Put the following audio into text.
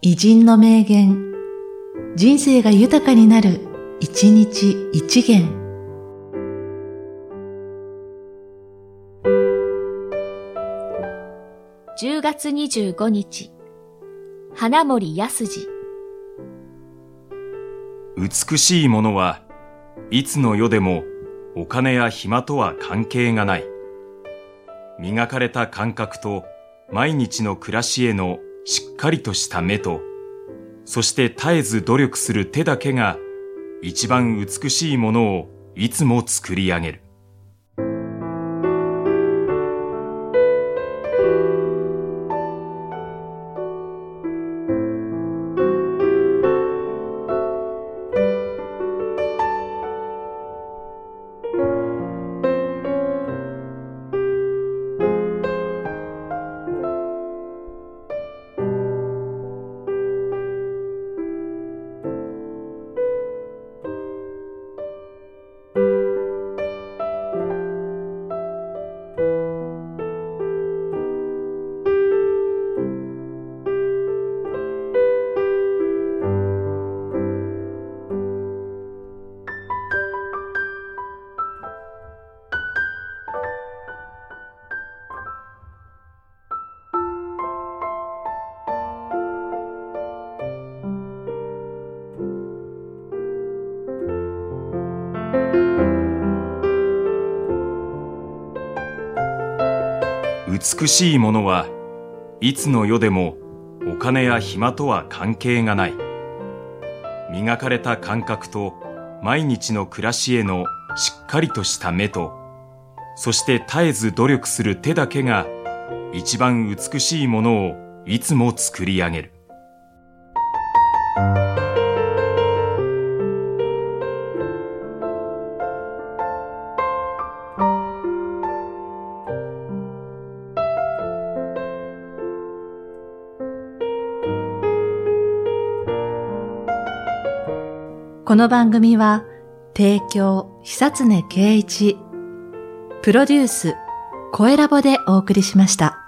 偉人の名言、人生が豊かになる、一日一元。 10月25日、花森康二。 美しいものはいつの世でもお金や暇とは関係がない。磨かれた感覚と毎日の暮らしへのしっかりとした目と、そして絶えず努力する手だけが一番美しいものをいつも作り上げる。美しいものはいつの世でもお金や暇とは関係がない。磨かれた感覚と毎日の暮らしへのしっかりとした目と、そして絶えず努力する手だけが一番美しいものをいつも作り上げる。 この番組は提供久常圭一、プロデュース声ラボでお送りしました。